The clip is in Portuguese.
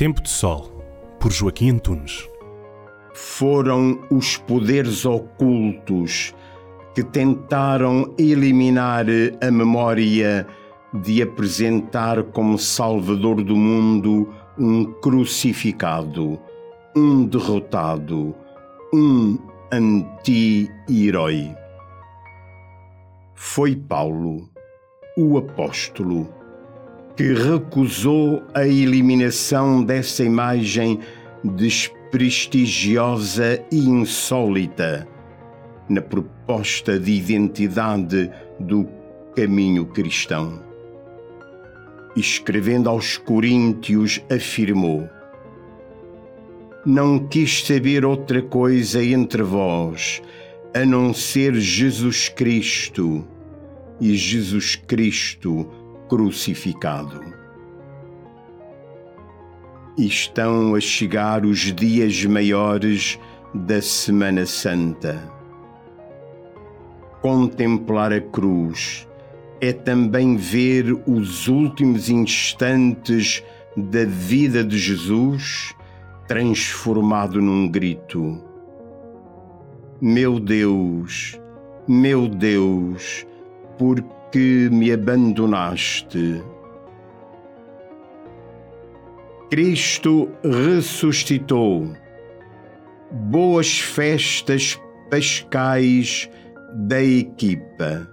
Tempo de Sol, por Joaquim Antunes. Foram os poderes ocultos que tentaram eliminar a memória de apresentar como Salvador do mundo um crucificado, um derrotado, um anti-herói. Foi Paulo, o apóstolo, que recusou a eliminação dessa imagem desprestigiosa e insólita na proposta de identidade do caminho cristão. Escrevendo aos Coríntios, afirmou: "Não quis saber outra coisa entre vós, a não ser Jesus Cristo, e Jesus Cristo crucificado." Estão a chegar os dias maiores da Semana Santa. Contemplar a cruz é também ver os últimos instantes da vida de Jesus transformado num grito: meu Deus, por que me abandonaste?" Cristo ressuscitou. Boas festas pascais da equipa.